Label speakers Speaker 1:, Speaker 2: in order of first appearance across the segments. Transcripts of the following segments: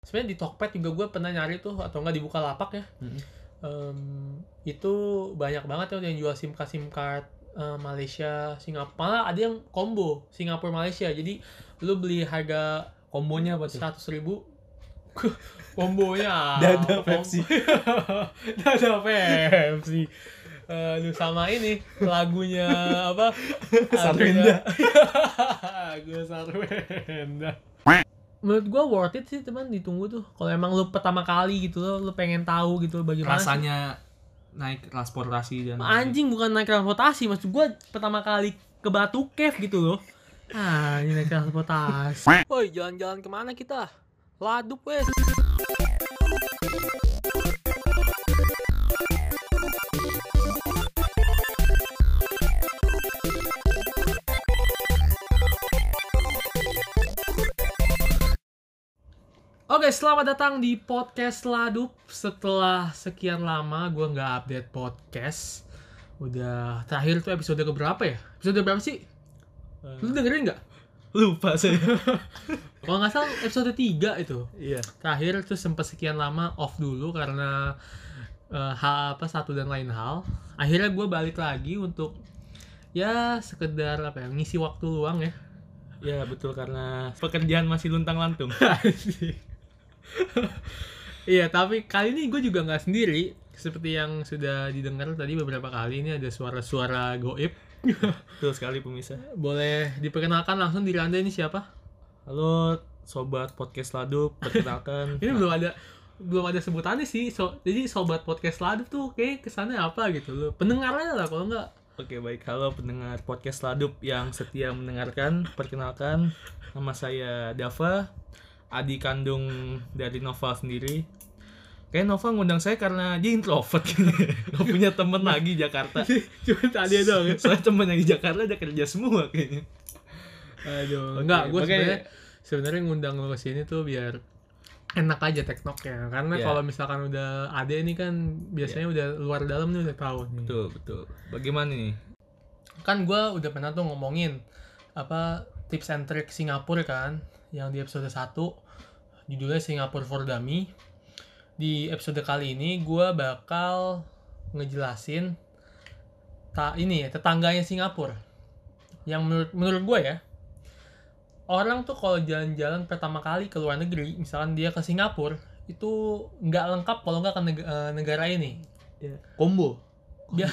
Speaker 1: Sebenarnya di Tokped juga gue pernah nyari tuh, atau enggak di Bukalapak ya. Itu banyak banget tuh yang jual SIM card Malaysia, Singapura. Malah ada yang combo Singapura Malaysia. Jadi lu beli harga
Speaker 2: Kombonya apa tuh?
Speaker 1: 100.000 kombonya
Speaker 2: Dada Pepsi.
Speaker 1: Dada Pepsi. Lu sama ini lagunya apa?
Speaker 2: Sarwenda.
Speaker 1: Gue Sarwenda. Menurut gue worth it sih teman, ditunggu tuh. Kalau emang lu pertama kali gitu lu pengen tahu gitu bagaimana
Speaker 2: Rasanya naik transportasi dan
Speaker 1: anjing, bukan naik transportasi, maksud gue pertama kali ke Batu Cave gitu loh. Ini naik transportasi. Woi, jalan-jalan kemana kita? Ladup wes. Oke, selamat datang di podcast Ladup. Setelah sekian lama gue nggak update podcast. Udah terakhir tuh episode keberapa ya? Episode berapa sih? Lu dengerin nggak?
Speaker 2: lupa saya.
Speaker 1: Kalau nggak salah episode 3 itu.
Speaker 2: Iya.
Speaker 1: Terakhir tuh sempat sekian lama off dulu karena satu dan lain hal. Akhirnya gue balik lagi untuk ya sekedar ngisi waktu luang ya.
Speaker 2: Ya betul, karena pekerjaan masih luntang-lantung.
Speaker 1: Iya, tapi kali ini gue juga nggak sendiri. Seperti yang sudah didengar tadi beberapa kali, ini ada suara-suara goib.
Speaker 2: Betul sekali pemirsa.
Speaker 1: Boleh diperkenalkan langsung diri Anda, ini siapa?
Speaker 2: Halo sobat podcast Ladup, perkenalkan.
Speaker 1: Ini belum ada sebutannya sih. Jadi sobat podcast Ladup tuh kayak kesannya apa gitu loh. Pendengarnya lah kalau nggak.
Speaker 2: Oke baik, halo pendengar podcast Ladup yang setia mendengarkan. Perkenalkan, nama saya Dava, adik kandung dari Nova sendiri. Kayak Nova ngundang saya karena dia introvert. Gak punya temen lagi Jakarta.
Speaker 1: Cuma tadi doang ya.
Speaker 2: Soalnya temen yang di Jakarta udah kerja semua kayaknya.
Speaker 1: Aduh,
Speaker 2: Oke,
Speaker 1: enggak, gue
Speaker 2: makanya-
Speaker 1: sebenarnya ngundang lo ke sini tuh biar enak aja teknoknya. Karena
Speaker 2: Iya.
Speaker 1: kalau misalkan udah ada ini kan biasanya udah luar dalam nih udah tahu nih.
Speaker 2: Betul. Bagaimana nih?
Speaker 1: Kan gue udah pernah tuh ngomongin tips and trick Singapura kan, yang di episode 1 judulnya Singapore for Dummy. Di episode kali ini gue bakal ngejelasin tetangganya Singapura. Yang menurut gue ya, orang tuh kalau jalan-jalan pertama kali ke luar negeri, misalkan dia ke Singapura, itu nggak lengkap kalau nggak ke negara ini.
Speaker 2: Ya. Combo.
Speaker 1: Dia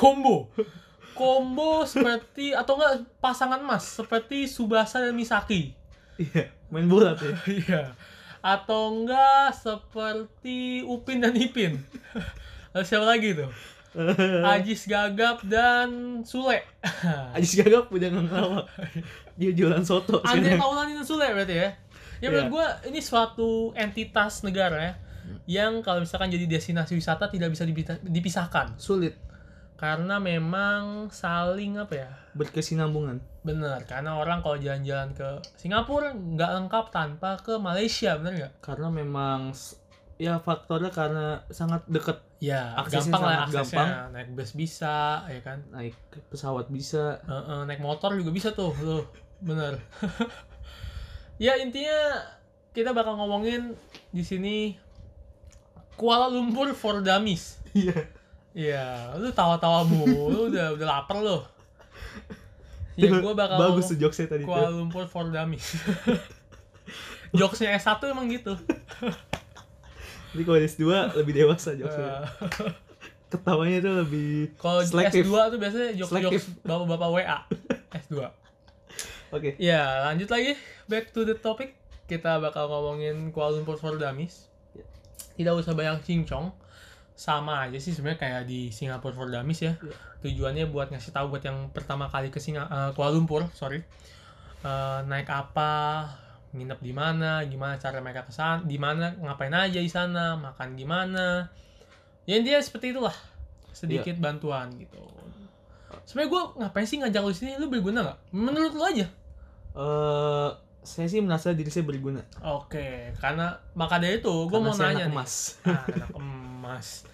Speaker 1: combo seperti, atau enggak pasangan emas seperti Tsubasa dan Misaki.
Speaker 2: Iya, main bola tuh.
Speaker 1: Iya. Atau enggak seperti Upin dan Ipin. Lalu siapa lagi tuh? Ajis Gagap dan Sule.
Speaker 2: Ajis Gagap udah ngelawak. Dia jualan soto
Speaker 1: Andre
Speaker 2: sekarang.
Speaker 1: Taulani dan Sule berarti ya. Ya menurut gue ini suatu entitas negara ya, yang kalau misalkan jadi destinasi wisata tidak bisa dipisahkan.
Speaker 2: Sulit.
Speaker 1: Karena memang saling
Speaker 2: Berkesinambungan.
Speaker 1: bener, karena orang kalau jalan-jalan ke Singapura nggak lengkap tanpa ke Malaysia, bener nggak?
Speaker 2: Karena memang ya faktornya karena sangat dekat.
Speaker 1: Ya,
Speaker 2: Aksesnya
Speaker 1: gampang lah
Speaker 2: sangat
Speaker 1: aksesnya.
Speaker 2: gampang.
Speaker 1: Naik bus bisa, ya kan?
Speaker 2: Naik pesawat bisa.
Speaker 1: Naik motor juga bisa tuh, bener. Ya intinya kita bakal ngomongin di sini Kuala Lumpur for Dummies.
Speaker 2: Iya.
Speaker 1: Iya, lu tawa-tawa mulu, udah lapar lu. Ya gua bakal
Speaker 2: bagus
Speaker 1: ngomong
Speaker 2: tuh jokesnya tadi
Speaker 1: Kuala
Speaker 2: tuh.
Speaker 1: Lumpur for Dummies. Jokesnya S1 emang gitu.
Speaker 2: Jadi kalau S2 lebih dewasa jokesnya. Ketawanya tuh lebih
Speaker 1: Kalau
Speaker 2: selektif.
Speaker 1: S2 tuh biasanya jokes bapak-bapak WA. S2.
Speaker 2: Oke.
Speaker 1: Ya, lanjut lagi. Back to the topic. Kita bakal ngomongin Kuala Lumpur for Dummies. Tidak usah banyak cincong. Sama aja sih sebenarnya kayak di Singapore for Dummies ya. Tujuannya buat ngasih tahu buat yang pertama kali ke Kuala Lumpur, naik apa, nginep di mana, gimana cara mereka kesana, di mana, ngapain aja di sana, makan gimana. Ya intinya seperti itulah. Sedikit bantuan gitu. Sebenarnya gue ngapain sih ngajak lu sini? Lu berguna nggak? Menurut lu aja.
Speaker 2: Saya sih merasa diri saya berguna.
Speaker 1: Oke, karena maka dari itu gue mau
Speaker 2: saya
Speaker 1: nanya
Speaker 2: anak
Speaker 1: nih.
Speaker 2: emas.
Speaker 1: Anak emas.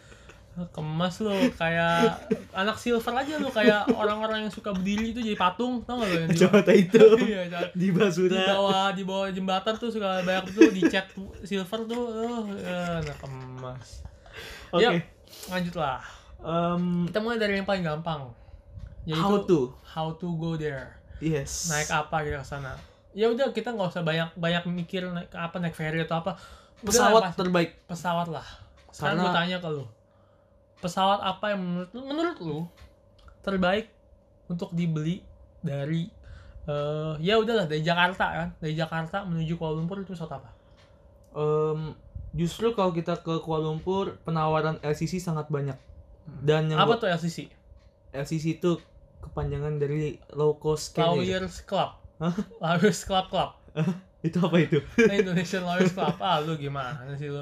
Speaker 1: Kemas lu kayak anak silver aja lu, kayak orang-orang yang suka berdiri itu jadi patung, tau gak lu yang di
Speaker 2: Kacamata itu
Speaker 1: iya,
Speaker 2: di basura.
Speaker 1: di bawah jembatan tuh suka banyak tuh dicat silver tuh, anak kemas.
Speaker 2: Oke.
Speaker 1: Yuk, lanjut lah. Kita mulai dari yang paling gampang. Yaitu how to go there.
Speaker 2: Yes.
Speaker 1: Naik apa gitu ke sana. Ya udah, kita nggak usah banyak mikir naik apa, naik ferry atau apa. Udah
Speaker 2: Pesawat
Speaker 1: lah,
Speaker 2: terbaik.
Speaker 1: pesawat lah. Sekarang gue tanya ke lu. Pesawat apa yang menurut lu terbaik untuk dibeli dari ya udahlah dari Jakarta kan. Dari Jakarta menuju Kuala Lumpur itu pesawat apa?
Speaker 2: Justru kalau kita ke Kuala Lumpur, penawaran LCC sangat banyak. Dan yang
Speaker 1: apa tuh LCC?
Speaker 2: LCC itu kepanjangan dari low cost carrier.
Speaker 1: Lawyers Club. Lawyers Club.
Speaker 2: Itu apa itu?
Speaker 1: Indonesian Lawyers Club. Lu gimana sih lu?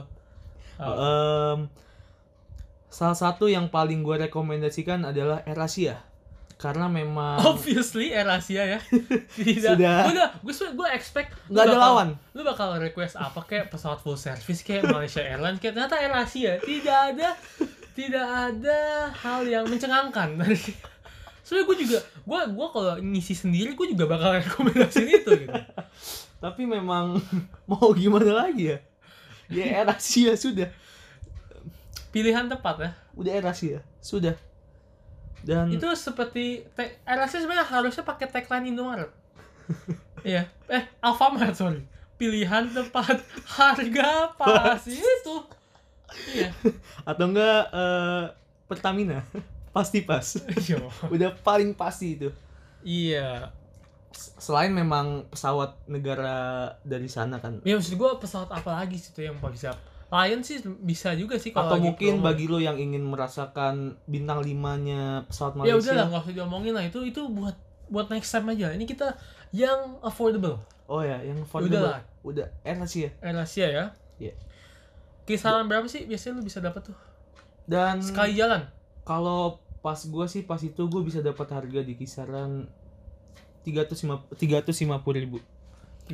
Speaker 2: Salah satu yang paling gue rekomendasikan adalah AirAsia. Karena memang
Speaker 1: obviously AirAsia ya. Tidak.
Speaker 2: Sudah.
Speaker 1: Gue expect
Speaker 2: nggak ada lawan.
Speaker 1: Lu bakal request apa kayak pesawat full service kayak Malaysia Airlines, kayak ternyata AirAsia. Tidak ada hal yang mencengangkan. Soalnya gue kalau ngisi sendiri gue juga bakal rekomendasiin itu gitu.
Speaker 2: Tapi memang mau gimana lagi ya? Ya AirAsia sudah.
Speaker 1: Pilihan tepat ya.
Speaker 2: Udah AirAsia sudah. Dan
Speaker 1: itu seperti AirAsia sebenarnya harusnya pakai tagline Indomaret. Iya. Alfamart, sorry. Pilihan tepat, harga pas itu. Iya.
Speaker 2: Atau enggak Pertamina. Pasti pas. Udah paling pasti itu.
Speaker 1: Iya.
Speaker 2: Selain memang pesawat negara dari sana kan.
Speaker 1: Ya maksud gue pesawat apa lagi sih tuh yang bisa. Lion sih bisa juga sih kalau.
Speaker 2: Atau mungkin bagi lo yang ingin merasakan bintang 5-nya pesawat Malaysia.
Speaker 1: Ya udah lah, nggak usah diomongin lah, itu buat next time aja. Ini kita yang affordable.
Speaker 2: Oh ya, yang affordable. Udah AirAsia.
Speaker 1: AirAsia ya.
Speaker 2: Iya.
Speaker 1: Kisaran berapa sih biasanya lu bisa dapat tuh?
Speaker 2: Dan
Speaker 1: sekali jalan.
Speaker 2: Kalau pas itu gue bisa dapat harga di kisaran 350.000.
Speaker 1: 350.000.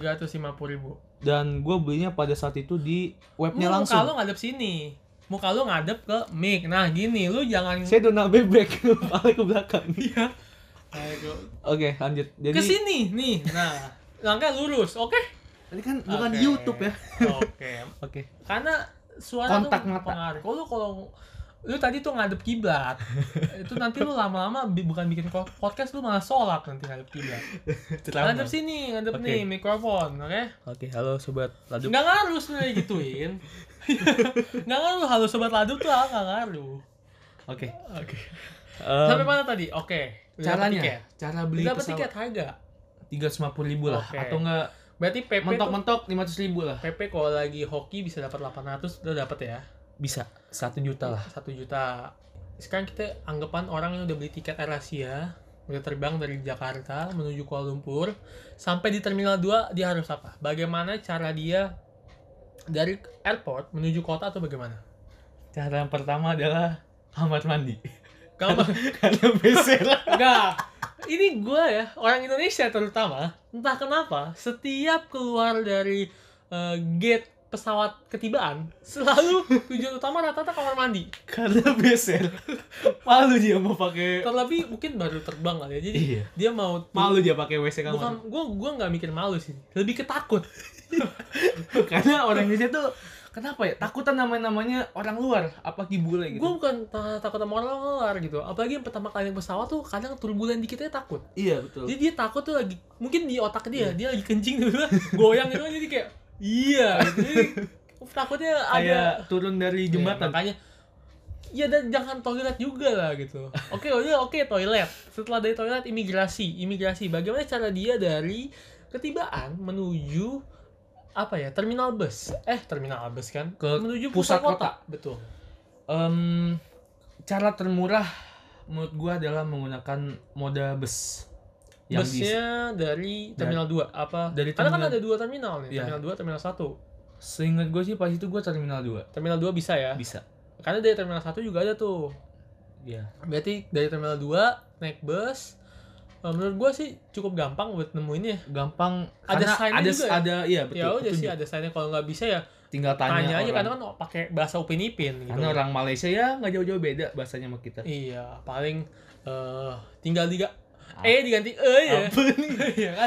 Speaker 2: Dan gue belinya pada saat itu di webnya langsung.
Speaker 1: Muka lu ngadep sini. Muka lu ngadep ke mic. Nah gini, lu jangan.
Speaker 2: Saya Donald bebek, kepala ke belakang.
Speaker 1: Iya.
Speaker 2: Oke, lanjut. Jadi
Speaker 1: kesini nih. Nah, langkah lurus. Oke.
Speaker 2: Ini kan bukan di YouTube ya. Oke.
Speaker 1: Karena suara
Speaker 2: kontak
Speaker 1: tuh
Speaker 2: mata.
Speaker 1: Pengaruh. Kalau lu tadi tuh ngadep kiblat. Itu nanti lu lama-lama bukan bikin podcast, lu malah sholat nanti ngadep kiblat. Ngadep sini, ngadep nih mikrofon,
Speaker 2: Oke, halo sobat Ladup.
Speaker 1: Nggak ngaruh sebenarnya gituin. Nggak ngaruh, halo sobat Ladup tuh nggak ngaruh.
Speaker 2: Oke.
Speaker 1: Sampai mana tadi?
Speaker 2: Caranya, cara beli
Speaker 1: dapat
Speaker 2: pesawat.
Speaker 1: Tiket harga
Speaker 2: 350.000 lah, atau enggak
Speaker 1: berarti PP
Speaker 2: mentok-mentok 500.000 lah.
Speaker 1: PP kalau lagi hoki bisa dapat 800, udah dapat ya.
Speaker 2: Bisa 1 juta lah.
Speaker 1: 1 juta. Sekarang kita anggapan orang yang udah beli tiket AirAsia, udah terbang dari Jakarta menuju Kuala Lumpur, sampai di Terminal 2 dia harus apa? Bagaimana cara dia dari airport menuju kota atau bagaimana?
Speaker 2: Cara yang pertama adalah kamar mandi.
Speaker 1: Karena
Speaker 2: beser.
Speaker 1: Enggak. Ini gue ya, orang Indonesia terutama, entah kenapa setiap keluar dari gate pesawat ketibaan selalu tujuan utama rata-rata kamar mandi.
Speaker 2: Karena beser. Malu dia mau pakai.
Speaker 1: Terlebih mungkin baru terbang kali ya. Jadi dia mau
Speaker 2: malu dia pakai WC kamar.
Speaker 1: Bukan, gue nggak mikir malu sih. Lebih ketakut.
Speaker 2: Karena orang Indonesia tuh kenapa ya? Takutan namanya orang luar, apalagi bule gitu.
Speaker 1: Gue bukan takut sama orang luar gitu. Apalagi yang pertama kali naik pesawat tuh kadang turbulen dikit aja takut.
Speaker 2: Iya, betul.
Speaker 1: Jadi dia takut tuh lagi mungkin di otak dia lagi kencing gitu, goyang gitu, jadi kayak gitu. Jadi takutnya ada
Speaker 2: turun dari jembatan.
Speaker 1: Makanya ya, dan jangan toilet juga lah gitu. Oke, toilet. Setelah dari toilet, imigrasi. Bagaimana cara dia dari ketibaan menuju terminal bus kan
Speaker 2: ke
Speaker 1: menuju
Speaker 2: pusat kota.
Speaker 1: Betul.
Speaker 2: Cara termurah menurut gua adalah menggunakan moda bus.
Speaker 1: Busnya dari Terminal 2 apa? Karena kan ada 2 terminal nih, Terminal 2, Terminal 1.
Speaker 2: Seingat gue sih pas itu gue Terminal 2.
Speaker 1: Terminal 2 bisa ya?
Speaker 2: Bisa.
Speaker 1: Karena dari Terminal 1 juga ada tuh.
Speaker 2: Iya.
Speaker 1: Berarti dari Terminal 2 naik bus. Menurut gue sih cukup gampang buat nemuinnya.
Speaker 2: Gampang.
Speaker 1: Ada sign-nya juga ya?
Speaker 2: Iya betul.
Speaker 1: Ya udah sih ada sign-nya, kalau nggak bisa ya
Speaker 2: tinggal
Speaker 1: tanya aja,
Speaker 2: orang.
Speaker 1: karena kan pakai bahasa Upin Ipin gitu.
Speaker 2: Karena orang Malaysia ya nggak jauh-jauh beda bahasanya sama kita.
Speaker 1: Iya, paling tinggal diganti ya.
Speaker 2: Apa nih?
Speaker 1: Iya kan?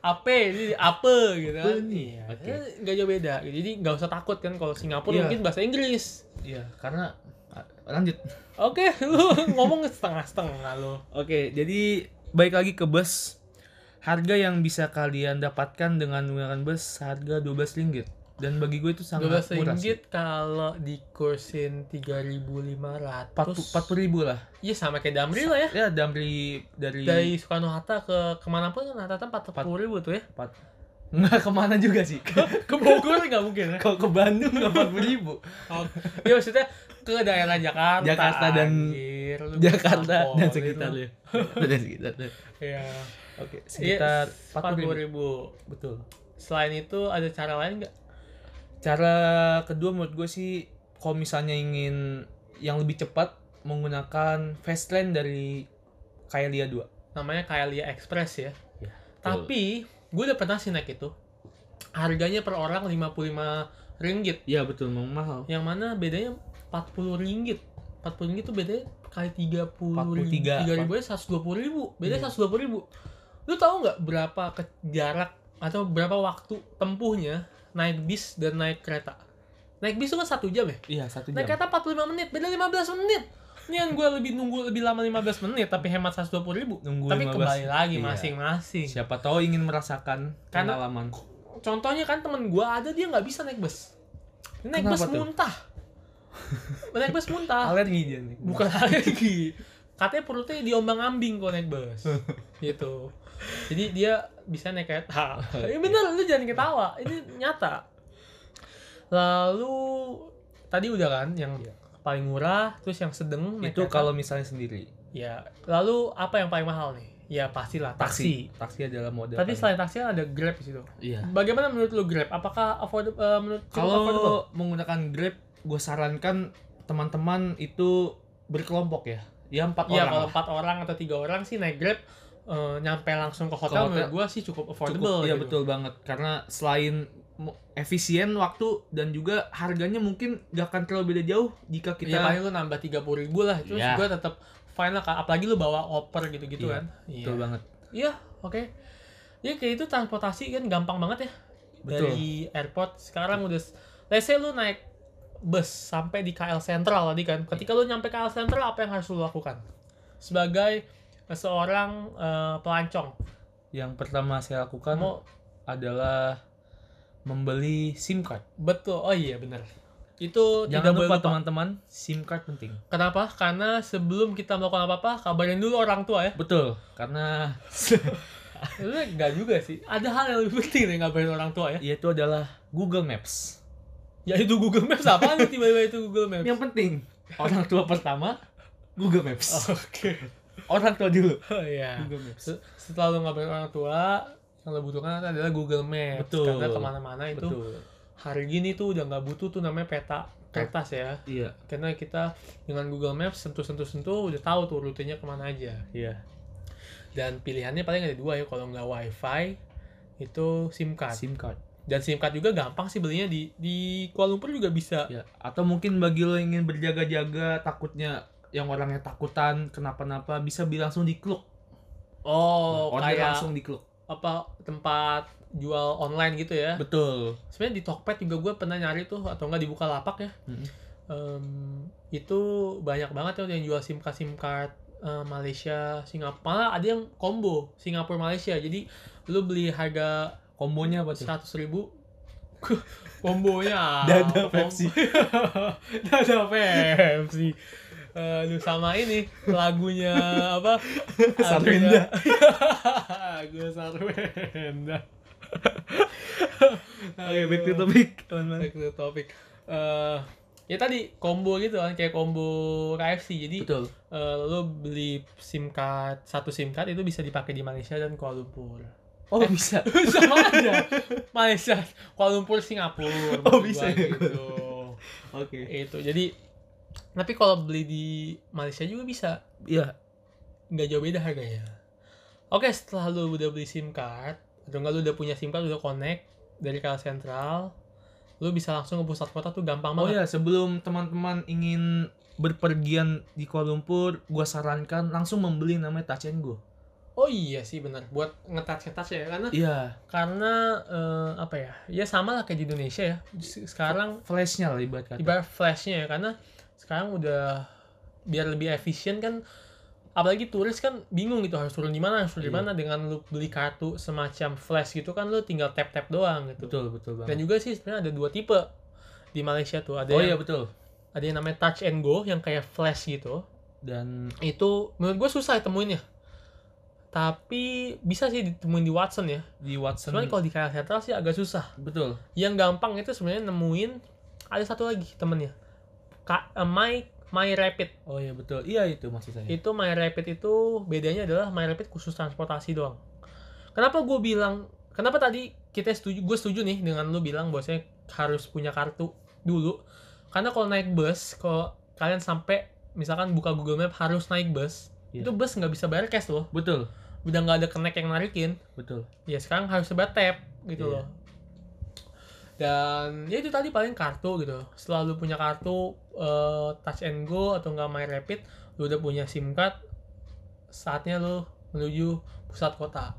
Speaker 1: Apa gitu kan.
Speaker 2: Apa nih?
Speaker 1: Iya.
Speaker 2: Oke.
Speaker 1: Nggak jauh beda. Jadi nggak usah takut kan kalau Singapura
Speaker 2: Iya.
Speaker 1: mungkin bahasa Inggris.
Speaker 2: Iya, karena lanjut.
Speaker 1: Oke, lu ngomong setengah-setengah lu.
Speaker 2: Oke, jadi balik lagi ke bus. Harga yang bisa kalian dapatkan dengan menggunakan bus harga 12 ringgit. Dan bagi gue itu sangat
Speaker 1: 12
Speaker 2: murah sih.
Speaker 1: ringgit kalau dikursin 3.500.
Speaker 2: 40.000 lah.
Speaker 1: Iya sama kayak Damri lah ya.
Speaker 2: Ya, dari
Speaker 1: Dari Soekarno-Hatta ke kemanapun kan rata-rata 40.000 tuh ya.
Speaker 2: nggak kemana juga sih.
Speaker 1: Ke Bogor nggak mungkin ya.
Speaker 2: Kalau ke Bandung nggak 40.000.
Speaker 1: Ya maksudnya ke daerah Jakarta.
Speaker 2: Jakarta dan
Speaker 1: anjir. Lu
Speaker 2: Jakarta
Speaker 1: bisa
Speaker 2: dan
Speaker 1: pol,
Speaker 2: sekitarnya. Dan sekitarnya.
Speaker 1: Iya.
Speaker 2: Oke, sekitar
Speaker 1: 40.000.
Speaker 2: 40.000. Betul.
Speaker 1: Selain itu ada cara lain nggak?
Speaker 2: Cara kedua menurut gue sih, kalau misalnya ingin yang lebih cepat, menggunakan fast lane dari Kaelia 2.
Speaker 1: Namanya Kaelia Express ya.
Speaker 2: Ya,
Speaker 1: Tapi gue udah pernah sih naik itu. Harganya per orang 55 ringgit.
Speaker 2: iya betul, memang mahal.
Speaker 1: Yang mana bedanya 40 ringgit. 40 ringgit tuh bedanya kali 30
Speaker 2: 43.
Speaker 1: 3.000 aja 120.000. Bedanya 120.000. Lu tahu nggak berapa jarak atau berapa waktu tempuhnya naik bis dan naik kereta? Naik bis itu kan 1 jam ya?
Speaker 2: Iya, 1
Speaker 1: Naik
Speaker 2: jam.
Speaker 1: kereta 45 menit, beda 15 menit. Ini yang gue nunggu lebih lama 15 menit tapi hemat 120.000.
Speaker 2: Nunggu
Speaker 1: Tapi
Speaker 2: 15.
Speaker 1: kembali lagi
Speaker 2: Iya.
Speaker 1: masing-masing.
Speaker 2: Siapa tahu ingin merasakan
Speaker 1: Karena-
Speaker 2: pengalaman.
Speaker 1: Contohnya kan temen gue ada dia nggak bisa naik bus. Dia naik
Speaker 2: Kenapa
Speaker 1: bus
Speaker 2: tuh?
Speaker 1: muntah. Naik bus muntah.
Speaker 2: Alergi dia nih.
Speaker 1: Bukan lagi. Katanya perutnya diombang-ambing kalau naik bus. Gitu. Jadi dia bisa naik kereta. Ini bener, lu jangan ketawa. Ini nyata. Lalu tadi udah kan yang paling murah, terus yang sedang naik
Speaker 2: Itu
Speaker 1: kereta.
Speaker 2: kalau misalnya sendiri.
Speaker 1: Ya, lalu apa yang paling mahal nih? Ya pastilah taksi.
Speaker 2: Taksi adalah modal.
Speaker 1: Tapi selain taksi ada Grab di situ.
Speaker 2: Iya.
Speaker 1: Bagaimana menurut lu Grab? Apakah affordable menurut cukup
Speaker 2: Kalau
Speaker 1: affordable?
Speaker 2: menggunakan Grab, gue sarankan teman-teman itu berkelompok ya. Ya 4
Speaker 1: Iya,
Speaker 2: orang.
Speaker 1: kalau
Speaker 2: lah.
Speaker 1: 4 orang atau 3 orang sih naik Grab nyampe langsung ke hotel,
Speaker 2: hotel,
Speaker 1: menurut gua sih cukup affordable.
Speaker 2: Iya
Speaker 1: gitu.
Speaker 2: betul banget. Karena selain efisien waktu dan juga harganya mungkin gak akan terlalu beda jauh jika
Speaker 1: Iya,
Speaker 2: kita
Speaker 1: paling lu nambah 30.000 lah. Terus
Speaker 2: Iya.
Speaker 1: gua tetap fine lah, apalagi lu bawa oper gitu-gitu
Speaker 2: Iya,
Speaker 1: kan.
Speaker 2: betul banget.
Speaker 1: Iya, oke. Ya kayak itu transportasi kan gampang banget ya.
Speaker 2: Betul.
Speaker 1: Dari airport sekarang udah let's say lu naik bus sampai di KL Sentral tadi kan. Ketika lu nyampe KL Sentral, apa yang harus lu lakukan? Sebagai seorang pelancong.
Speaker 2: Yang pertama saya lakukan
Speaker 1: Mau
Speaker 2: adalah membeli SIM card.
Speaker 1: betul. Oh iya benar. Itu
Speaker 2: Jangan
Speaker 1: tidak boleh
Speaker 2: lupa
Speaker 1: lupa.
Speaker 2: teman-teman, SIM card penting.
Speaker 1: Kenapa? Karena sebelum kita melakukan apa-apa, kabarin dulu orang tua ya.
Speaker 2: Betul, karena
Speaker 1: Itu enggak juga sih. Ada hal yang lebih penting nih ngabarin orang tua ya.
Speaker 2: itu adalah Google Maps.
Speaker 1: Ya itu Google Maps, apaan nih tiba-tiba itu Google Maps?
Speaker 2: Yang penting, orang tua pertama Google Maps.
Speaker 1: Oke.
Speaker 2: Orang tua dulu.
Speaker 1: Oh iya.
Speaker 2: Google Maps.
Speaker 1: Setelah lu ngabarin orang tua, yang lo butuhkan adalah Google Maps.
Speaker 2: Betul.
Speaker 1: Karena kemana-mana itu
Speaker 2: Betul.
Speaker 1: hari gini tuh udah nggak butuh tuh namanya peta kertas ya.
Speaker 2: Iya,
Speaker 1: Karena kita dengan Google Maps sentuh udah tahu tuh rutenya kemana aja.
Speaker 2: iya.
Speaker 1: Dan pilihannya paling ada 2 ya, kalau nggak WiFi itu SIM card.
Speaker 2: SIM card.
Speaker 1: Dan SIM card juga gampang sih belinya di Kuala Lumpur juga bisa.
Speaker 2: Ya, atau mungkin bagi lo yang ingin berjaga-jaga takutnya yang orangnya takutan kenapa-napa bisa langsung dikluk.
Speaker 1: Oh,
Speaker 2: Order
Speaker 1: kayak
Speaker 2: langsung dikluk.
Speaker 1: apa tempat jual online gitu ya.
Speaker 2: Betul.
Speaker 1: Sebenarnya di Tokped juga gue pernah nyari tuh, atau enggak di Bukalapak ya. Itu banyak banget ya yang jual SIM card Malaysia, Singapura. Malah ada yang combo Singapura Malaysia. Jadi lu beli harga
Speaker 2: Kombonya apa tuh?
Speaker 1: 100.000 kombonya
Speaker 2: Dada Pepsi.
Speaker 1: Dada Pepsi. Lu sama ini lagunya apa?
Speaker 2: Sarwenda.
Speaker 1: Lagu Sarwenda.
Speaker 2: Oke, back to topic, teman-teman.
Speaker 1: Back to topic. Ya tadi combo gitu kan, kayak combo KFC. Jadi
Speaker 2: Betul.
Speaker 1: lo beli SIM card, satu SIM card itu bisa dipakai di Malaysia dan Kuala Lumpur.
Speaker 2: Oh, bisa.
Speaker 1: Sama aja. Malaysia, Kuala Lumpur, Singapura.
Speaker 2: Oh,
Speaker 1: maksud
Speaker 2: bisa
Speaker 1: gua
Speaker 2: ya,
Speaker 1: gitu.
Speaker 2: Oke.
Speaker 1: Itu. Jadi tapi kalau beli di Malaysia juga bisa.
Speaker 2: Iya.
Speaker 1: Nggak jauh beda harganya. Oke, setelah lu udah beli SIM card, atau enggak lu udah punya SIM card, udah connect dari KL Sentral, lu bisa langsung ke pusat kota tuh gampang
Speaker 2: Oh
Speaker 1: banget.
Speaker 2: ya, sebelum teman-teman ingin berpergian di Kuala Lumpur, gua sarankan langsung membeli namanya Touch and Go.
Speaker 1: Oh iya sih benar, buat ngetouch ya, karena
Speaker 2: Iya,
Speaker 1: apa ya, ya sama lah kayak di Indonesia ya. Sekarang
Speaker 2: flashnya lah ibarat kata.
Speaker 1: ibarat flashnya ya, karena sekarang udah biar lebih efisien kan, apalagi turis kan bingung gitu harus turun di mana, harus turun di mana. Dengan lu beli kartu semacam flash gitu kan, lu tinggal tap doang gitu.
Speaker 2: Betul
Speaker 1: Dan
Speaker 2: banget.
Speaker 1: juga sih sebenarnya ada 2 tipe di Malaysia tuh, ada
Speaker 2: Oh
Speaker 1: yang
Speaker 2: iya betul.
Speaker 1: ada yang namanya touch and go yang kayak flash gitu.
Speaker 2: Dan
Speaker 1: Itu menurut gue susah temuinnya, tapi bisa sih ditemuin di Watson ya.
Speaker 2: di Watson
Speaker 1: Sebenarnya kalau di KL Sentral sih agak susah.
Speaker 2: betul.
Speaker 1: Yang gampang itu sebenarnya nemuin, ada satu lagi temennya, My Rapid.
Speaker 2: Oh iya betul. Iya itu maksud saya.
Speaker 1: Itu My Rapid itu bedanya adalah My Rapid khusus transportasi doang. Kenapa gue bilang, kenapa tadi gue setuju nih dengan lu bilang bahwasanya harus punya kartu dulu. Karena kalau naik bus, kalau kalian sampai misalkan buka Google Map harus naik bus, itu bus nggak bisa bayar cash loh.
Speaker 2: Betul.
Speaker 1: Udah nggak ada connect yang narikin.
Speaker 2: Betul.
Speaker 1: Ya sekarang harus sebat tap gitu loh. Dan ya itu tadi paling kartu gitu. Setelah lu punya kartu Touch and Go atau enggak My Rapid, lu udah punya SIM card, saatnya lu menuju pusat kota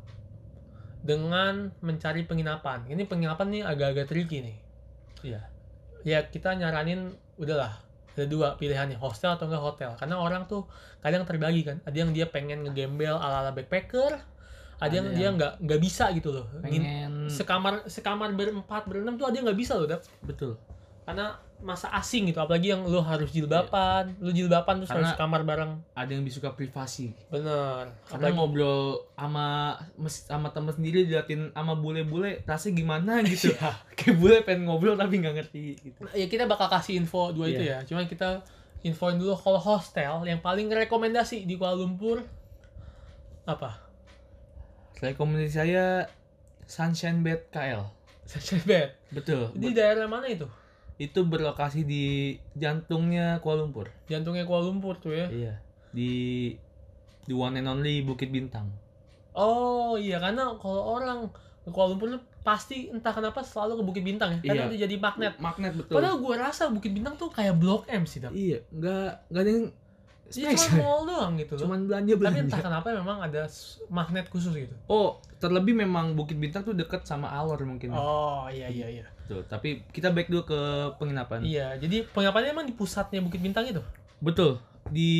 Speaker 1: dengan mencari penginapan. Ini penginapan nih agak-agak tricky nih.
Speaker 2: Iya.
Speaker 1: Ya kita nyaranin udahlah, ada 2 pilihannya, hostel atau enggak hotel. Karena orang tuh kadang terbagi kan. Ada yang dia pengen ngegembel ala-ala backpacker, ada yang dia nggak bisa gitu loh.
Speaker 2: Pengen
Speaker 1: Sekamar berempat berenam tuh ada yang nggak bisa loh, Dap.
Speaker 2: betul.
Speaker 1: Karena masa asing gitu, apalagi yang lu harus jilbaban, lu jilbaban terus
Speaker 2: Karena
Speaker 1: harus kamar bareng.
Speaker 2: ada yang suka privasi.
Speaker 1: Bener.
Speaker 2: Karena ngobrol sama temen sendiri diliatin sama bule-bule rasanya gimana gitu. Kayak bule pengen ngobrol tapi nggak ngerti gitu.
Speaker 1: Ya kita bakal kasih info 2 itu ya. Cuman kita infoin dulu kalau hostel yang paling rekomendasi di Kuala Lumpur apa?
Speaker 2: Rekomendasi saya Sunshine Bed KL.
Speaker 1: Sunshine Bed.
Speaker 2: Betul.
Speaker 1: Di daerah mana itu?
Speaker 2: Itu berlokasi di jantungnya Kuala Lumpur.
Speaker 1: Jantungnya Kuala Lumpur tuh ya.
Speaker 2: Iya. Di one and only Bukit Bintang.
Speaker 1: Oh iya, karena kalau orang ke Kuala Lumpur tuh pasti entah kenapa selalu ke Bukit Bintang ya. Karena
Speaker 2: Iya.
Speaker 1: udah jadi magnet.
Speaker 2: Magnet betul.
Speaker 1: Padahal gue rasa Bukit Bintang tuh kayak Blok M sih, Dap.
Speaker 2: Iya, nggak ada yang
Speaker 1: Iya, cuma mall doang gitu loh.
Speaker 2: cuman belanja.
Speaker 1: Tapi entah kenapa memang ada magnet khusus gitu.
Speaker 2: Oh, terlebih memang Bukit Bintang tuh deket sama Alor mungkin.
Speaker 1: Oh iya.
Speaker 2: Betul. Tapi kita back dulu ke penginapan.
Speaker 1: Iya, jadi penginapannya emang di pusatnya Bukit Bintang itu.
Speaker 2: Betul. Di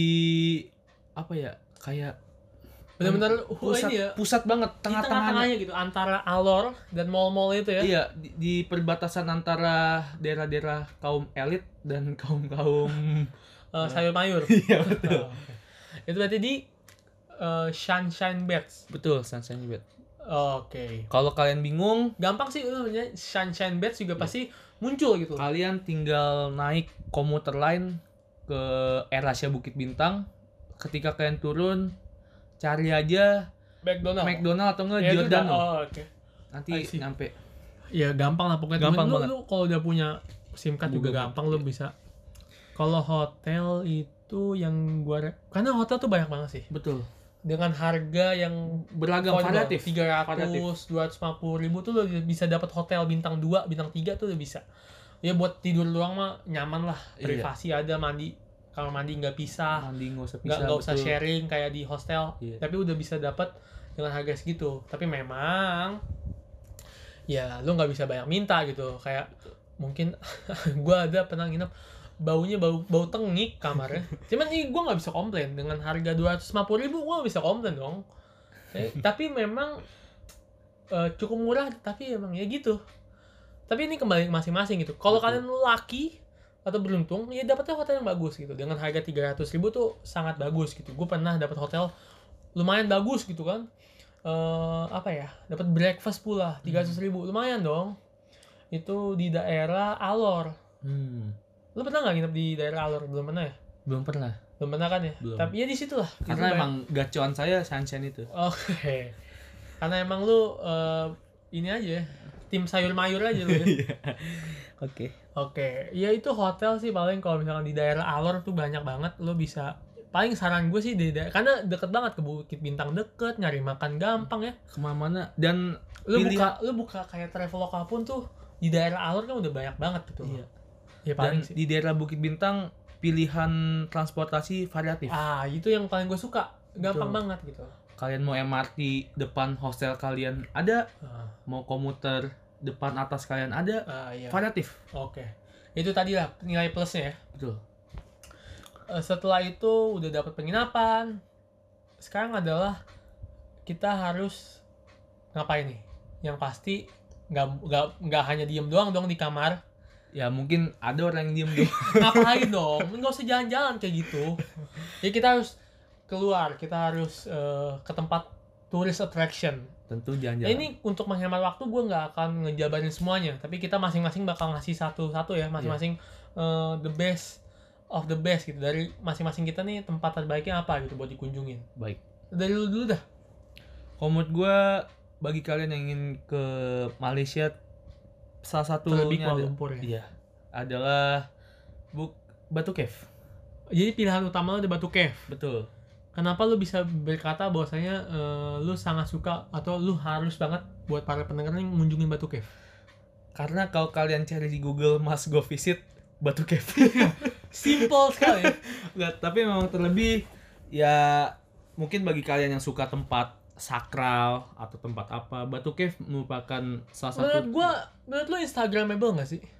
Speaker 2: apa ya? Kayak
Speaker 1: Benar-benar
Speaker 2: pusat,
Speaker 1: ini ya.
Speaker 2: pusat banget,
Speaker 1: Di tengah-tengahnya
Speaker 2: tengah-tengahnya.
Speaker 1: gitu, antara Alor dan mall-mall itu ya.
Speaker 2: Iya, di perbatasan antara daerah-daerah kaum elit dan kaum-kaum
Speaker 1: Sayur mayur.
Speaker 2: Iya, betul.
Speaker 1: Itu berarti di Sunshine Beds.
Speaker 2: Betul, Sunshine Bed.
Speaker 1: Oke.
Speaker 2: Kalau kalian bingung,
Speaker 1: Gampang sih namanya Sunshine Beds juga pasti muncul gitu.
Speaker 2: kalian tinggal naik komuter line ke AirAsia Bukit Bintang. Ketika kalian turun, cari aja McDonald atau enggak
Speaker 1: Ya, itu
Speaker 2: Giordano.
Speaker 1: oh, oke.
Speaker 2: Nanti
Speaker 1: I see.
Speaker 2: nyampe.
Speaker 1: Ya gampang lah pokoknya.
Speaker 2: Gampang
Speaker 1: Lu-
Speaker 2: banget.
Speaker 1: Lu kalau udah punya SIM card juga
Speaker 2: Google
Speaker 1: gampang lu bisa. Kalau hotel itu yang karena hotel tuh banyak banget sih.
Speaker 2: Betul.
Speaker 1: Dengan harga yang
Speaker 2: Beragam variatif.
Speaker 1: 300, 250 ribu tuh lo bisa dapat hotel bintang 2, bintang 3 tuh udah bisa. Ya buat tidur doang mah nyaman lah.
Speaker 2: Iya.
Speaker 1: Privasi ada, kamar mandi nggak pisah.
Speaker 2: Mandi nggak usah pisah.
Speaker 1: Nggak usah
Speaker 2: betul.
Speaker 1: sharing kayak di hostel.
Speaker 2: Iya.
Speaker 1: Tapi udah bisa dapat dengan harga segitu. Tapi memang ya lu nggak bisa banyak minta gitu. Kayak mungkin gua ada pernah nginep, baunya bau tengik kamarnya. Cuman ini gue nggak bisa komplain, dengan harga 250 ribu gue nggak bisa komplain dong. Tapi memang cukup murah, tapi emang ya gitu. Tapi ini kembali ke masing-masing gitu. Kalau kalian laki atau beruntung, ya dapetnya hotel yang bagus gitu. Dengan harga 300 ribu tuh sangat bagus gitu. Gue pernah dapat hotel lumayan bagus gitu kan. Dapat breakfast pula 300 ribu, lumayan dong. Itu di daerah Alor. Lu pernah nggak nginep di daerah Alor? Belum pernah ya?
Speaker 2: Belum pernah.
Speaker 1: Belum pernah kan ya?
Speaker 2: Belum.
Speaker 1: Tapi ya di situ lah.
Speaker 2: Karena emang gacuan saya Sunshine itu.
Speaker 1: Oke. Karena emang lu ini aja ya, tim sayur mayur aja lu ya.
Speaker 2: Oke.
Speaker 1: Oke. Ya itu hotel sih paling kalau misalkan di daerah Alor tuh banyak banget. Lu bisa, paling saran gue sih karena deket banget ke Bukit Bintang, deket, nyari makan gampang ya.
Speaker 2: Kemana-mana dan
Speaker 1: Lu buka kayak Traveloka pun tuh di daerah alur kan udah banyak banget gitu.
Speaker 2: Iya.
Speaker 1: Ya
Speaker 2: Dan
Speaker 1: paling sih.
Speaker 2: di daerah Bukit Bintang pilihan transportasi variatif.
Speaker 1: Itu yang paling gue suka. Gampang
Speaker 2: Betul.
Speaker 1: banget gitu.
Speaker 2: Kalian mau MRT depan hostel kalian ada,
Speaker 1: Ah,
Speaker 2: mau komuter depan atas kalian ada,
Speaker 1: iya.
Speaker 2: variatif.
Speaker 1: Oke. Itu tadi lah nilai plusnya ya.
Speaker 2: Betul.
Speaker 1: Setelah itu udah dapat penginapan. Sekarang adalah kita harus ngapain nih? Yang pasti nggak hanya diem doang dong di kamar.
Speaker 2: Ya mungkin ada orang yang diem.
Speaker 1: Ngapain dong? Nggak usah jalan-jalan kayak gitu. Ya kita harus keluar, kita harus ke tempat tourist attraction.
Speaker 2: Tentu
Speaker 1: Nah,
Speaker 2: jalan-jalan.
Speaker 1: ini untuk menghemat waktu gue nggak akan ngejabarin semuanya, tapi kita masing-masing bakal ngasih satu-satu ya, masing-masing the best of the best gitu dari masing-masing kita nih tempat terbaiknya apa gitu buat dikunjungin.
Speaker 2: Baik.
Speaker 1: Dari lu dulu dah.
Speaker 2: Kalau menurut gue, bagi kalian yang ingin ke Malaysia, salah
Speaker 1: Terlebih
Speaker 2: satunya
Speaker 1: Kuala Lumpur ya.
Speaker 2: Iya, adalah Batu Cave.
Speaker 1: Jadi pilihan utama lu di Batu Cave.
Speaker 2: Betul.
Speaker 1: Kenapa lu bisa berkata bahwasanya lu sangat suka atau lu harus banget buat para pendengar nih mengunjungi Batu Cave?
Speaker 2: Karena kalau kalian cari di Google must go visit Batu Cave.
Speaker 1: Simple sekali.
Speaker 2: Nggak, tapi memang terlebih ya mungkin bagi kalian yang suka tempat sakral atau tempat apa, Batu Cave merupakan salah satu.
Speaker 1: Menurut lu Instagramable nggak sih?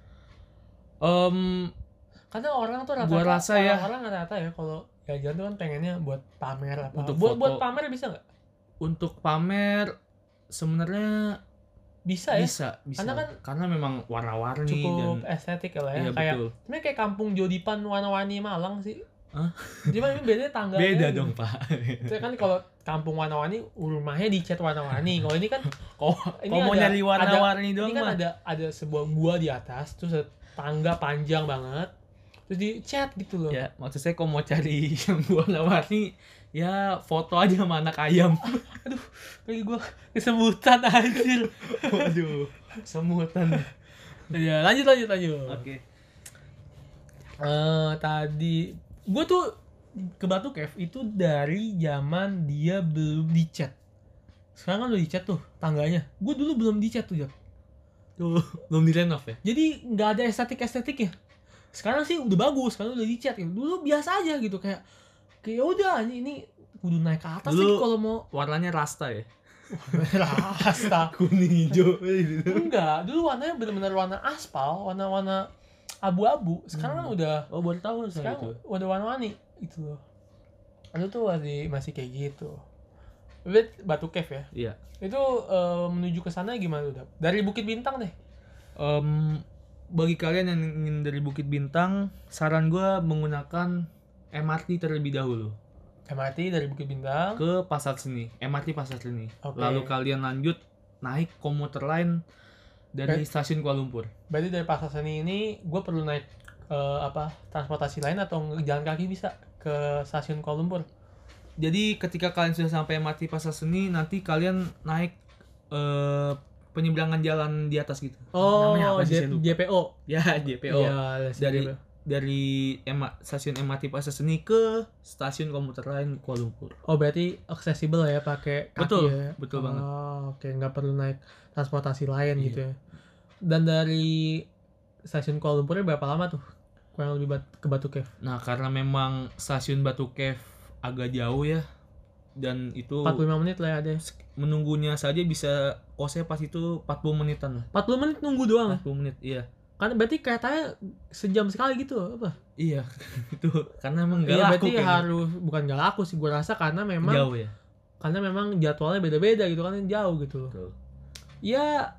Speaker 1: Karena orang tuh
Speaker 2: Gua rasa ya.
Speaker 1: orang rata-rata ya kalau jalan tuh kan pengennya buat pamer apa.
Speaker 2: Untuk
Speaker 1: buat
Speaker 2: foto.
Speaker 1: pamer bisa nggak?
Speaker 2: Untuk pamer sebenarnya
Speaker 1: Bisa ya.
Speaker 2: bisa.
Speaker 1: Karena kan
Speaker 2: karena memang warna-warni
Speaker 1: cukup
Speaker 2: dan
Speaker 1: estetik lah ya.
Speaker 2: iya,
Speaker 1: Kayak
Speaker 2: betul.
Speaker 1: sebenarnya kayak kampung Jodipan warna-warni Malang sih.
Speaker 2: Hah?
Speaker 1: Cuma ini bedanya tanggalnya.
Speaker 2: Beda
Speaker 1: gitu.
Speaker 2: dong, Pak.
Speaker 1: Itu kan kalau kampung warna-warni rumahnya dicat warna-warni. Kalau ini kan ini
Speaker 2: Kok mau
Speaker 1: ada-
Speaker 2: nyari warna-warni doang
Speaker 1: ini kan
Speaker 2: mah?
Speaker 1: ada sebuah gua di atas, terus ada tangga panjang banget. Terus dicat gitu loh.
Speaker 2: Ya, maksud saya kok mau cari yang warna-warni, ya foto aja sama anak ayam.
Speaker 1: Kayak gua kesemutan anjir.
Speaker 2: Waduh, semutan.
Speaker 1: Ya, lanjut.
Speaker 2: Oke.
Speaker 1: Tadi gue tuh ke Batu Cave itu dari zaman dia belum dicat. Sekarang kan udah dicat tuh tangganya. Gue dulu belum dicat tuh, Jak.
Speaker 2: Tuh, belum direnov ya?
Speaker 1: Jadi nggak ada estetiknya. Sekarang sih udah bagus, sekarang udah dicat gitu. Dulu biasa aja gitu kayak udah ini kudu naik ke atas
Speaker 2: Dulu
Speaker 1: sih kalau mau
Speaker 2: warnanya rasta ya?
Speaker 1: rasta.
Speaker 2: Kuning hijau gitu.
Speaker 1: Enggak, dulu warnanya benar-benar warna aspal, warna abu-abu. Sekarang kan udah
Speaker 2: Oh, baru tahu saya
Speaker 1: sekarang
Speaker 2: itu.
Speaker 1: udah warna-warni itu loh. Itu tuh masih kayak gitu. Batu Cave ya.
Speaker 2: Iya.
Speaker 1: Itu menuju ke sana gimana udah? Dari Bukit Bintang deh.
Speaker 2: Bagi kalian yang ingin dari Bukit Bintang, saran gue menggunakan MRT terlebih dahulu
Speaker 1: MRT dari Bukit Bintang.
Speaker 2: ke Pasar Seni, MRT Pasar Seni.
Speaker 1: Oke.
Speaker 2: Lalu kalian lanjut naik komuter lain dari stasiun Kuala Lumpur.
Speaker 1: Berarti dari Pasar Seni ini gue perlu naik transportasi lain atau jalan kaki bisa ke stasiun Kuala Lumpur?
Speaker 2: Jadi ketika kalian sudah sampai MRT Pasar Seni, nanti kalian naik penyeberangan jalan di atas gitu.
Speaker 1: Oh,
Speaker 2: Namanya apa sih, saya lupa.
Speaker 1: JPO.
Speaker 2: Ya, JPO.
Speaker 1: Iya,
Speaker 2: dari
Speaker 1: JPO.
Speaker 2: dari stasiun MRT Pasar Seni ke stasiun komuter lain Kuala Lumpur.
Speaker 1: Oh, berarti accessible ya pakai kaki
Speaker 2: Betul,
Speaker 1: ya?
Speaker 2: betul banget.
Speaker 1: Oh, oke, nggak perlu naik transportasi lain
Speaker 2: Iya.
Speaker 1: gitu ya. Dan dari stasiun Kuala Lumpurnya berapa lama tuh? Kurang lebih ke Batu Cave.
Speaker 2: Nah, karena memang stasiun Batu Cave agak jauh ya, dan itu
Speaker 1: 45 menit lah ya ada.
Speaker 2: menunggunya saja bisa kosnya pas itu 40 menitan lah.
Speaker 1: 40 menit nunggu doang.
Speaker 2: 40 menit, iya.
Speaker 1: Kan berarti keretanya sejam sekali gitu apa?
Speaker 2: Iya, itu karena emang
Speaker 1: Iya,
Speaker 2: gak laku
Speaker 1: berarti
Speaker 2: kayaknya.
Speaker 1: harus bukan gak laku sih gua rasa karena memang
Speaker 2: Jauh ya.
Speaker 1: karena memang jadwalnya beda-beda gitu kan jauh gitu loh.
Speaker 2: Betul.
Speaker 1: Ya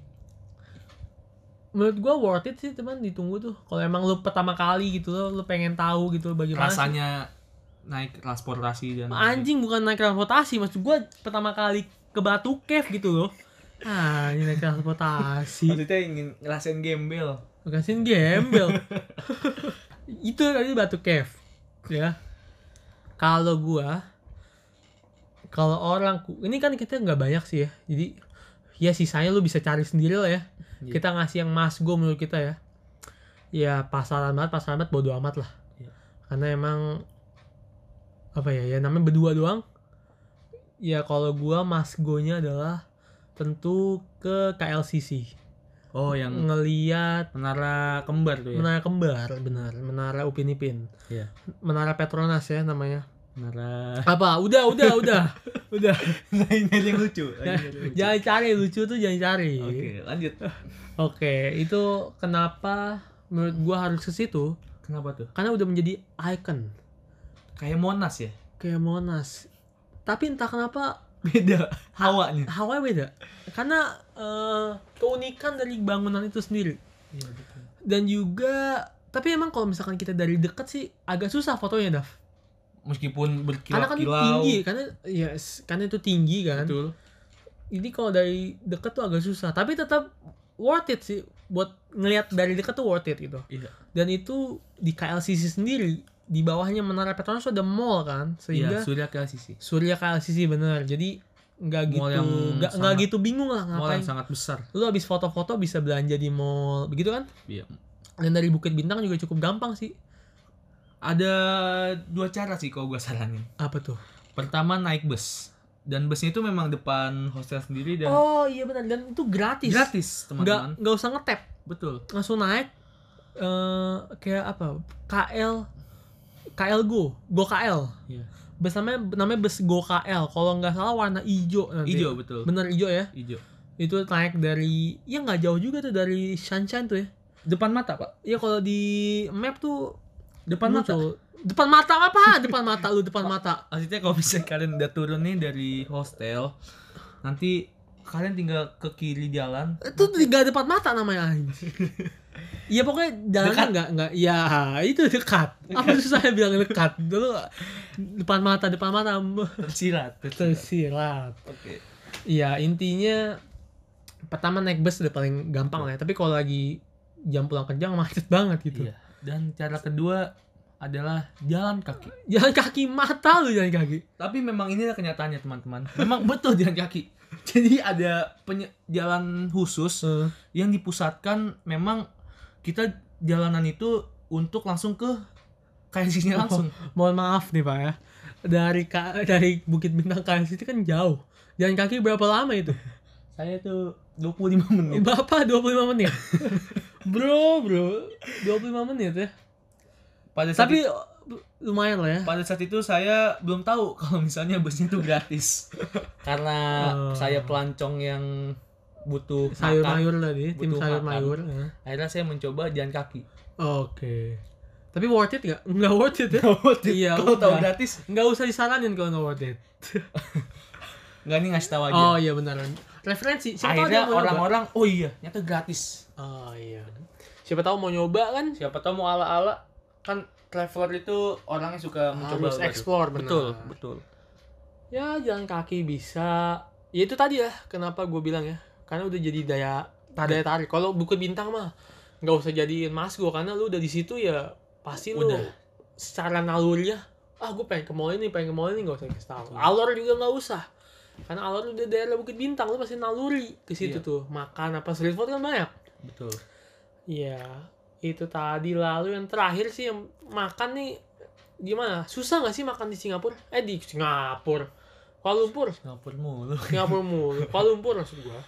Speaker 1: menurut gua worth it sih teman ditunggu tuh. Kalau emang lu pertama kali gitu lu pengen tahu gitu bagaimana sih.
Speaker 2: Rasanya naik transportasi dan
Speaker 1: Anjing bukan naik transportasi, maksud gua pertama kali ke Batu Cave gitu loh. Ini naik transportasi.
Speaker 2: maksudnya ingin ngerasain gembel.
Speaker 1: Bukan gembel. Itu tadi Batu Cave. Ya. Kalau orang ini kan kita nggak banyak sih ya. Jadi ya sisanya lu bisa cari sendiri lah ya.
Speaker 2: Iya.
Speaker 1: Kita ngasih yang must go menurut kita ya. Ya pasaran banget bodo amat lah.
Speaker 2: Iya.
Speaker 1: Karena emang apa ya namanya berdua doang. Ya kalau gua must go-nya adalah tentu ke KLCC.
Speaker 2: Oh, yang
Speaker 1: ngeliat
Speaker 2: menara kembar tuh ya.
Speaker 1: menara kembar, benar, menara Upin Ipin,
Speaker 2: Iya.
Speaker 1: menara Petronas ya namanya.
Speaker 2: Menara.
Speaker 1: Apa? Udah. Udah.
Speaker 2: Ini yang lucu.
Speaker 1: Jangan cari lucu tuh, jangan cari.
Speaker 2: Oke, lanjut.
Speaker 1: Oke, itu kenapa menurut gua harus ke situ?
Speaker 2: Kenapa tuh?
Speaker 1: Karena udah menjadi icon
Speaker 2: Kayak Monas ya?
Speaker 1: kayak Monas. Tapi entah kenapa
Speaker 2: Beda hawanya.
Speaker 1: hawanya beda. Karena keunikan dari bangunan itu sendiri.
Speaker 2: Iya, betul.
Speaker 1: Dan juga, tapi emang kalau misalkan kita dari dekat sih agak susah fotonya, Dav.
Speaker 2: Meskipun
Speaker 1: Karena kan
Speaker 2: berkilau-kilau.
Speaker 1: tinggi, karena itu tinggi kan.
Speaker 2: Betul.
Speaker 1: Ini kalau dari dekat tuh agak susah, tapi tetap worth it sih, buat ngelihat dari dekat tuh worth it gitu.
Speaker 2: Iya.
Speaker 1: Dan itu di KLCC sendiri, di bawahnya Menara Petronas ada mall kan,
Speaker 2: Iya,
Speaker 1: sehingga
Speaker 2: Surya KLCC.
Speaker 1: Surya KLCC bener. Jadi nggak
Speaker 2: Mall
Speaker 1: gitu,
Speaker 2: yang
Speaker 1: nggak
Speaker 2: sangat-
Speaker 1: gitu bingung lah
Speaker 2: Mall
Speaker 1: ngapain.
Speaker 2: yang sangat besar.
Speaker 1: Lu habis foto-foto bisa belanja di mall, begitu kan?
Speaker 2: Iya.
Speaker 1: Dan dari Bukit Bintang juga cukup gampang sih.
Speaker 2: Ada 2 cara sih kalau gue saranin.
Speaker 1: Apa tuh?
Speaker 2: Pertama naik bus. Dan busnya itu memang depan hostel sendiri dan
Speaker 1: Oh iya benar, dan itu gratis.
Speaker 2: gratis, teman-teman.
Speaker 1: Nggak usah ngetap,
Speaker 2: Betul.
Speaker 1: langsung naik. Kayak apa? KL Go KL.
Speaker 2: Iya.
Speaker 1: Bus namanya bus Go KL. Kalau nggak salah warna hijau nanti.
Speaker 2: Hijau, betul.
Speaker 1: Bener hijau ya.
Speaker 2: Hijau.
Speaker 1: Itu naik dari, ya nggak jauh juga tuh dari Sunshine tuh ya.
Speaker 2: Depan mata, Pak.
Speaker 1: Iya kalau di map tuh
Speaker 2: Depan mata.
Speaker 1: muncul. Depan mata apa? Depan mata lu, depan mata.
Speaker 2: Maksudnya kalau misalnya kalian udah turun nih dari hostel, nanti kalian tinggal ke kiri jalan.
Speaker 1: Itu nggak depan mata namanya. Iya pokoknya jalannya nggak, ya itu dekat. Apa susahnya bilang dekat? Dulu depan mata
Speaker 2: Tersirat.
Speaker 1: tersirat.
Speaker 2: Oke.
Speaker 1: Iya intinya pertama naik bus udah paling gampang lah ya. Tapi kalau lagi jam pulang kerja macet banget gitu.
Speaker 2: Iya. Dan cara kedua adalah jalan kaki.
Speaker 1: Jalan kaki, mata lu jalan kaki.
Speaker 2: Tapi memang inilah kenyataannya, teman-teman. Memang betul jalan kaki. Jadi ada jalan khusus yang dipusatkan, memang kita jalanan itu untuk langsung ke KLCC-nya langsung.
Speaker 1: Mohon maaf nih Pak ya. Dari Bukit Bintang KLCC itu kan jauh. Jalan kaki berapa lama itu?
Speaker 2: Saya tuh 25 menit.
Speaker 1: Bapak 25 menit. Bro, 25 menit ya. Tapi lumayan lah ya.
Speaker 2: Pada saat itu saya belum tahu kalau misalnya busnya itu gratis. Karena saya pelancong yang butuh
Speaker 1: sayur
Speaker 2: makan,
Speaker 1: mayur tadi, tim
Speaker 2: butuh
Speaker 1: sayur
Speaker 2: makan.
Speaker 1: mayur.
Speaker 2: Akhirnya saya mencoba jalan kaki.
Speaker 1: Oke. Tapi worth it nggak? Nggak worth it ya? Iya,
Speaker 2: Kalau tahu
Speaker 1: udah.
Speaker 2: gratis,
Speaker 1: Nggak usah disaranin kalau nggak worth it.
Speaker 2: nggak nih ngasih tahu aja.
Speaker 1: Oh iya benar. Referensi. Siapa tahu dia
Speaker 2: Akhirnya
Speaker 1: mau nyoba.
Speaker 2: orang-orang, oh iya, ternyata gratis.
Speaker 1: Oh iya. Siapa tahu mau nyoba kan?
Speaker 2: Siapa tahu mau ala-ala, kan traveler itu orangnya suka mencoba
Speaker 1: Harus
Speaker 2: baru.
Speaker 1: explore, benar.
Speaker 2: Betul.
Speaker 1: Ya jalan kaki bisa. Ya itu tadi ya. Kenapa gue bilang ya? Karena udah jadi daya tarik. Kalau Bukit Bintang mah nggak usah jadiin mas gue, karena lu udah di situ ya pasti lu
Speaker 2: Udah.
Speaker 1: secara nalurinya. Gue pengen ke mall ini nggak usah kasih tahu. Alor juga nggak usah. Karena Alor udah daerah Bukit Bintang, lu pasti naluri ke situ
Speaker 2: Iya.
Speaker 1: tuh. Makan apa street food kan banyak.
Speaker 2: Betul.
Speaker 1: Iya, itu tadi. Lalu yang terakhir sih yang makan nih gimana? Susah nggak sih makan di Singapura? Di Singapura, Kuala Lumpur,
Speaker 2: Singapura mulu.
Speaker 1: Singapura mulu. Kuala Lumpur maksud gua.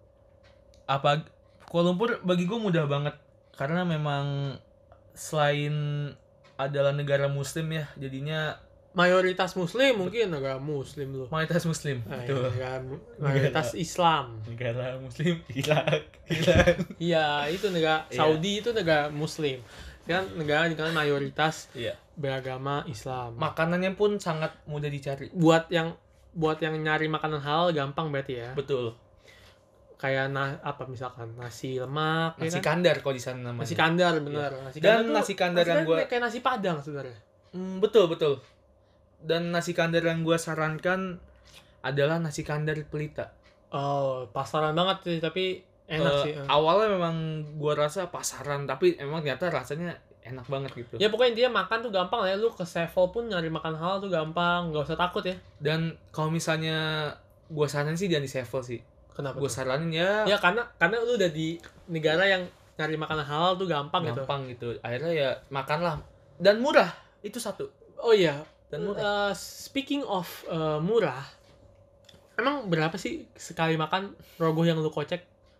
Speaker 2: Apa Kuala Lumpur bagi gue mudah banget karena memang selain adalah negara muslim ya, jadinya
Speaker 1: Mayoritas Muslim mungkin, negara Muslim lu.
Speaker 2: mayoritas muslim. Betul.
Speaker 1: Mayoritas Islam.
Speaker 2: Negara muslim Irak.
Speaker 1: Iya, itu negara
Speaker 2: Iya.
Speaker 1: Saudi itu negara Muslim. Kan negara dengan mayoritas
Speaker 2: Iya.
Speaker 1: beragama Islam.
Speaker 2: Makanannya pun sangat mudah dicari.
Speaker 1: Buat yang nyari makanan halal gampang berarti ya.
Speaker 2: Betul.
Speaker 1: Kayak apa misalkan nasi lemak, ya
Speaker 2: Nasi
Speaker 1: kan?
Speaker 2: kandar kalau di sana namanya.
Speaker 1: Nasi kandar bener. Nasi
Speaker 2: Dan
Speaker 1: tuh-
Speaker 2: nasi kandar yang gua-
Speaker 1: kayak nasi Padang sebenarnya.
Speaker 2: Betul. Dan nasi kandar yang gue sarankan adalah nasi kandar Pelita.
Speaker 1: Oh, pasaran banget sih, tapi enak sih.
Speaker 2: Awalnya memang gue rasa pasaran, tapi emang ternyata rasanya enak banget gitu.
Speaker 1: Ya pokoknya intinya makan tuh gampang lah ya. Lu ke Sevel pun nyari makan halal tuh gampang, nggak usah takut ya.
Speaker 2: Dan kalau misalnya gue saranin sih jangan di Sevel sih.
Speaker 1: Kenapa?
Speaker 2: Gue saranin ya
Speaker 1: Ya karena lu udah di negara yang nyari makanan halal tuh gampang gitu.
Speaker 2: gampang gitu. Akhirnya ya makanlah dan murah. Itu satu.
Speaker 1: Oh iya,
Speaker 2: Dan murah.
Speaker 1: Speaking of murah, emang berapa sih sekali makan rogoh yang lu kocek?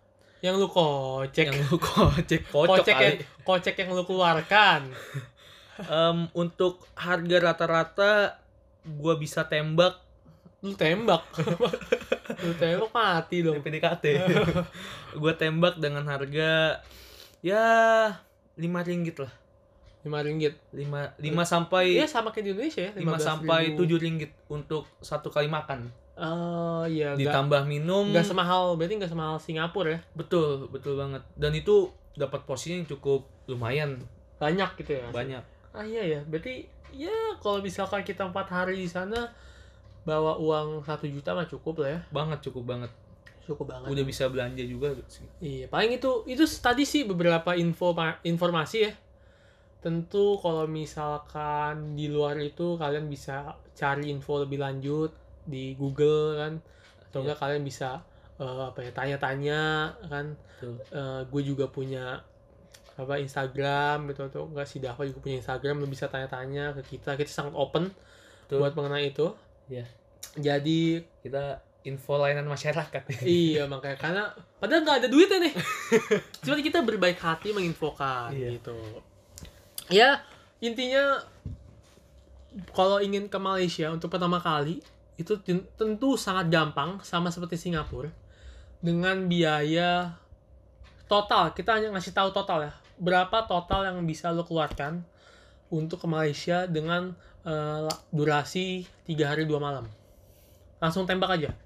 Speaker 1: Yang lu kocek.
Speaker 2: Yang lu kocek
Speaker 1: Kocek yang lu keluarkan.
Speaker 2: Untuk harga rata-rata gua bisa tembak.
Speaker 1: Lu tembak. Lu tembak mati dong.
Speaker 2: PDKT. Gua tembak dengan harga ya RM5 lah.
Speaker 1: RM5.
Speaker 2: 5 sampai
Speaker 1: Iya sama kayak di Indonesia ya.
Speaker 2: 5 sampai RM7 untuk satu kali makan.
Speaker 1: Oh iya.
Speaker 2: Ditambah minum.
Speaker 1: Berarti nggak semahal Singapura ya?
Speaker 2: Betul banget. Dan itu dapat porsinya yang cukup lumayan.
Speaker 1: Banyak gitu ya?
Speaker 2: Banyak.
Speaker 1: Ah iya ya. Berarti ya kalau misalkan kita 4 hari di sana bawa uang 1 juta mah cukup lah ya.
Speaker 2: Cukup banget. Udah bisa belanja juga sih.
Speaker 1: Iya, paling itu tadi sih beberapa informasi ya. Tentu kalau misalkan di luar itu kalian bisa cari info lebih lanjut di Google kan, atau enggak kalian bisa tanya-tanya kan. Gue juga punya Instagram gitu, atau enggak si Dava juga punya Instagram, lu bisa tanya-tanya ke kita sangat open buat mengenai itu.
Speaker 2: Iya.
Speaker 1: Jadi
Speaker 2: kita info layanan masyarakat.
Speaker 1: Iya, makanya karena padahal nggak ada duitnya nih. Cuma kita berbaik hati menginfokan gitu. Ya, intinya kalau ingin ke Malaysia untuk pertama kali itu tentu sangat gampang, sama seperti Singapura. Dengan biaya total, kita hanya ngasih tahu total ya. Berapa total yang bisa lo keluarkan untuk ke Malaysia dengan durasi 3 hari 2 malam. Langsung tembak aja.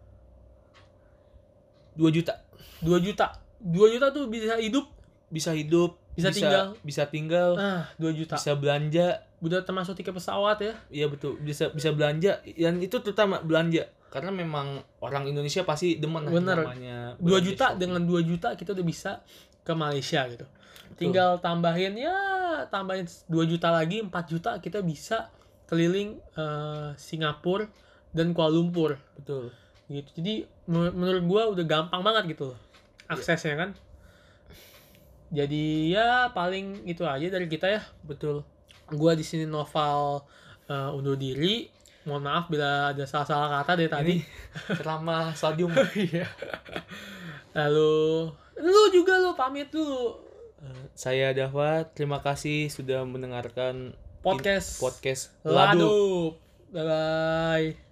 Speaker 2: 2 juta.
Speaker 1: 2 juta tuh bisa hidup, bisa tinggal. 2 juta.
Speaker 2: Bisa belanja,
Speaker 1: udah termasuk tiket pesawat ya.
Speaker 2: Iya betul, bisa belanja. Dan itu terutama belanja. Karena memang orang Indonesia pasti demen namanya.
Speaker 1: 2 juta shopping. Dengan 2 juta kita udah bisa ke Malaysia gitu. Betul. Tinggal tambahin 2 juta lagi, 4 juta kita bisa keliling Singapura dan Kuala Lumpur.
Speaker 2: Betul.
Speaker 1: Gitu. Jadi menurut gua udah gampang banget gitu loh aksesnya kan. Jadi ya paling itu aja dari kita ya.
Speaker 2: Betul.
Speaker 1: Gua di sini Noval undur diri. Mohon maaf bila ada salah-salah kata dari tadi.
Speaker 2: Selama stadium.
Speaker 1: Iya. Lalu lu juga pamit dulu.
Speaker 2: Saya Dava, terima kasih sudah mendengarkan
Speaker 1: podcast
Speaker 2: Ladup.
Speaker 1: Bye bye.